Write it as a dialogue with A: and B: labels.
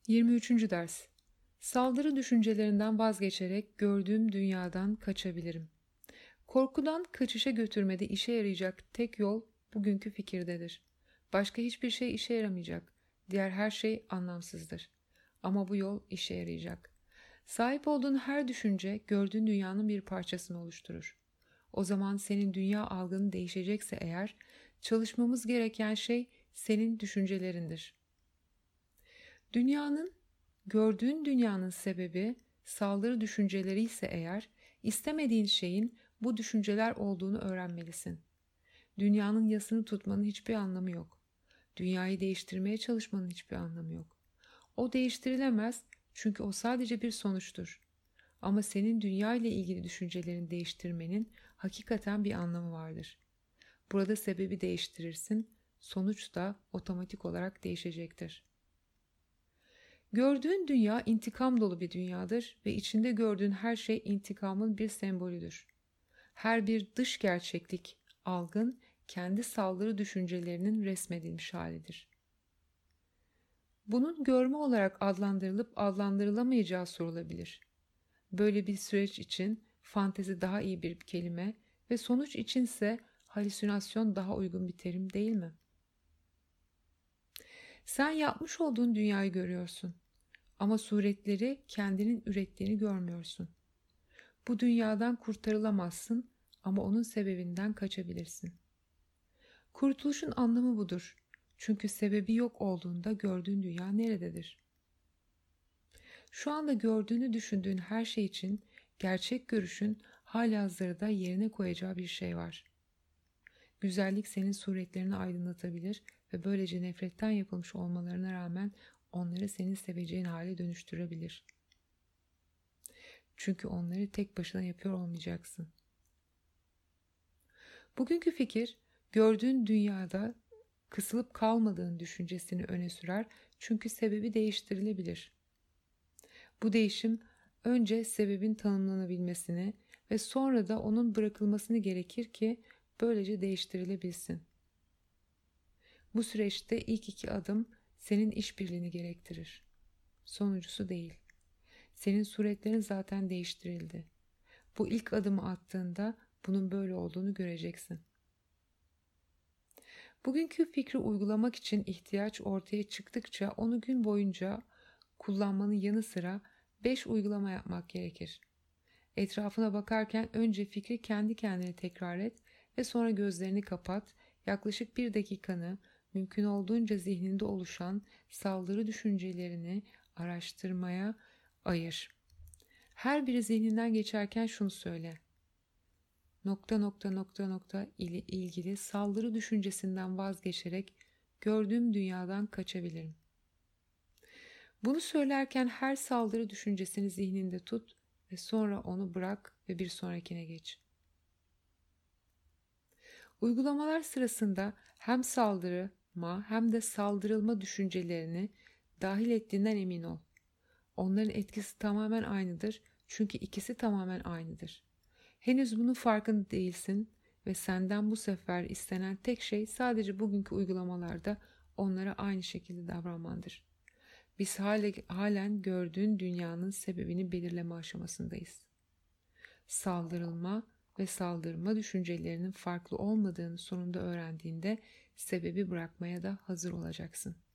A: 23. ders. Saldırı düşüncelerinden vazgeçerek gördüğüm dünyadan kaçabilirim. Korkudan kaçışa götürmede işe yarayacak tek yol bugünkü fikirdedir. Başka hiçbir şey işe yaramayacak. Diğer her şey anlamsızdır. Ama bu yol işe yarayacak. Sahip olduğun her düşünce gördüğün dünyanın bir parçasını oluşturur. O zaman senin dünya algın değişecekse eğer, çalışmamız gereken şey senin düşüncelerindir. Gördüğün dünyanın sebebi saldırı düşünceleri ise eğer, istemediğin şeyin bu düşünceler olduğunu öğrenmelisin. Dünyanın yasını tutmanın hiçbir anlamı yok. Dünyayı değiştirmeye çalışmanın hiçbir anlamı yok. O değiştirilemez çünkü o sadece bir sonuçtur. Ama senin dünya ile ilgili düşüncelerini değiştirmenin hakikaten bir anlamı vardır. Burada sebebi değiştirirsin, sonuç da otomatik olarak değişecektir. Gördüğün dünya intikam dolu bir dünyadır ve içinde gördüğün her şey intikamın bir sembolüdür. Her bir dış gerçeklik, algın, kendi saldırı düşüncelerinin resmedilmiş halidir. Bunun görme olarak adlandırılıp adlandırılamayacağı sorulabilir. Böyle bir süreç için fantezi daha iyi bir kelime ve sonuç içinse halüsinasyon daha uygun bir terim değil mi? Sen yapmış olduğun dünyayı görüyorsun ama suretleri kendinin ürettiğini görmüyorsun. Bu dünyadan kurtarılamazsın ama onun sebebinden kaçabilirsin. Kurtuluşun anlamı budur. Çünkü sebebi yok olduğunda gördüğün dünya nerededir? Şu anda gördüğünü düşündüğün her şey için gerçek görüşün halihazırda yerine koyacağı bir şey var. Güzellik senin suretlerini aydınlatabilir ve böylece nefretten yapılmış olmalarına rağmen onları senin seveceğin hale dönüştürebilir. Çünkü onları tek başına yapıyor olmayacaksın. Bugünkü fikir, gördüğün dünyada kısılıp kalmadığın düşüncesini öne sürer çünkü sebebi değiştirilebilir. Bu değişim önce sebebin tanımlanabilmesini ve sonra da onun bırakılmasını gerekir ki böylece değiştirilebilsin. Bu süreçte ilk iki adım senin işbirliğini gerektirir. Sonuncusu değil. Senin suretlerin zaten değiştirildi. Bu ilk adımı attığında bunun böyle olduğunu göreceksin. Bugünkü fikri uygulamak için ihtiyaç ortaya çıktıkça onu gün boyunca kullanmanın yanı sıra 5 uygulama yapmak gerekir. Etrafına bakarken önce fikri kendi kendine tekrar et ve sonra gözlerini kapat, yaklaşık 1 dakikanı mümkün olduğunca zihninde oluşan saldırı düşüncelerini araştırmaya ayır. Her biri zihninden geçerken şunu söyle. Nokta nokta nokta nokta ile ilgili saldırı düşüncesinden vazgeçerek gördüğüm dünyadan kaçabilirim. Bunu söylerken her saldırı düşüncesini zihninde tut ve sonra onu bırak ve bir sonrakine geç. Uygulamalar sırasında hem saldırma hem de saldırılma düşüncelerini dahil ettiğinden emin ol. Onların etkisi tamamen aynıdır çünkü ikisi tamamen aynıdır. Henüz bunun farkında değilsin ve senden bu sefer istenen tek şey sadece bugünkü uygulamalarda onlara aynı şekilde davranmandır. Biz halen gördüğün dünyanın sebebini belirleme aşamasındayız. Saldırılma ve saldırma düşüncelerinin farklı olmadığını sonunda öğrendiğinde sebebi bırakmaya da hazır olacaksın.